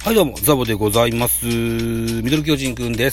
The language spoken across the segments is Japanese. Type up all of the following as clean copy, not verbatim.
はいどうも、ザボでございます。ミドル巨人くんです。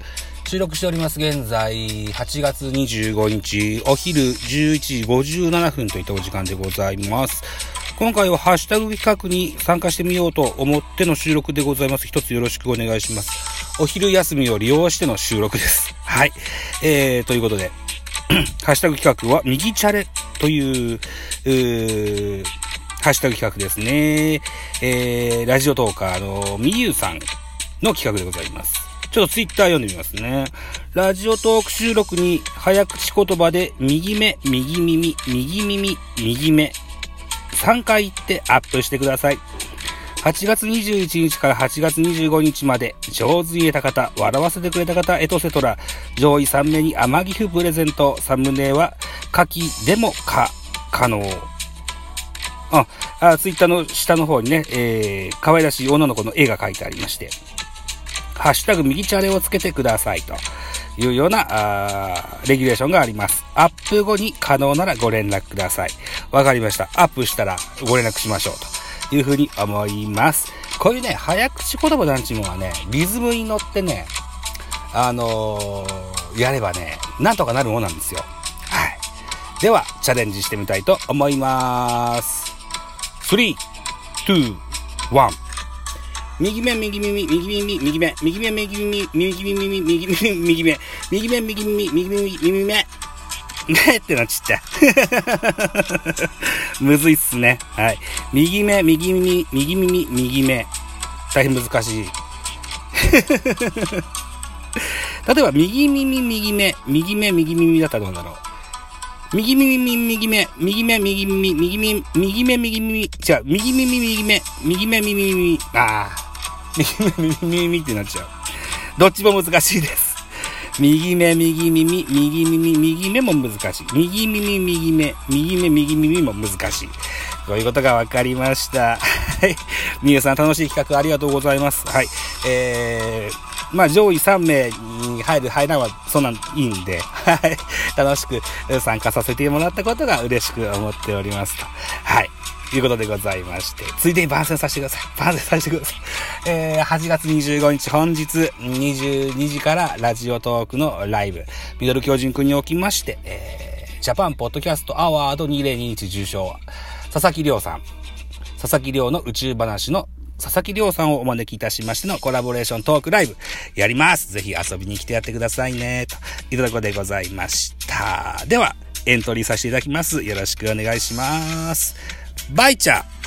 収録しております現在、8月25日、お昼11時57分といったお時間でございます。今回はハッシュタグ企画に参加してみようと思っての収録でございます。一つよろしくお願いします。お昼休みを利用しての収録です。はい。ということで、ハッシュタグ企画は右チャレという、ハッシュタグ企画ですね。ラジオトーカーのみゆうさんの企画でございます。ちょっとツイッター読んでみますね。ラジオトーク収録に早口言葉で右目、右耳、右耳、右目3回言ってアップしてください。8月21日から8月25日まで上手に言えた方、笑わせてくれた方、エトセトラ、上位3名に天城府プレゼント。サムネは書きでも可能。ツイッターの下の方にね、可愛らしい女の子の絵が描いてありまして、ハッシュタグ右チャレをつけてくださいというようなレギュレーションがあります。アップ後に可能ならご連絡ください。わかりました。アップしたらご連絡しましょうというふうに思います。こういうね、早口言葉なんちもはね、リズムに乗ってね、やればね、なんとかなるものなんですよ。はい。では、チャレンジしてみたいと思います。3、2、1。右目、右耳、右耳、右目、右目、右耳、右耳、右耳、右目、右目、右耳、右耳、右目。ねってなっちゃった。むずいっすね。はい。右目、右耳、右耳、右目。大変難しい。例えば、右耳、右目、右目、右耳だったらどうだろう。右耳、右目、右目、右耳、右耳、右目、右耳、違う、右耳、右目、右目、右耳、右目、右耳ってなっちゃう。どっちも難しいです。右目、右耳、右耳、右目も難しい。右耳、右目、右目、右耳も難しい。こういうことが分かりました。はい。みゆさん楽しい企画ありがとうございます。はい。上位3名に入らんはそんなんいいんで、はい。楽しく参加させてもらったことが嬉しく思っておりますと。はい。いうことでございまして、ついでに番宣させてください。8月25日本日22時からラジオトークのライブ、ミドル巨人くんにおきまして、ジャパンポッドキャストアワード2021受賞、佐々木亮さん、佐々木亮の宇宙話の佐々木亮さんをお招きいたしましてのコラボレーショントークライブやります。ぜひ遊びに来てやってくださいね。というところでございました。では、エントリーさせていただきます。よろしくお願いします。バイチャー。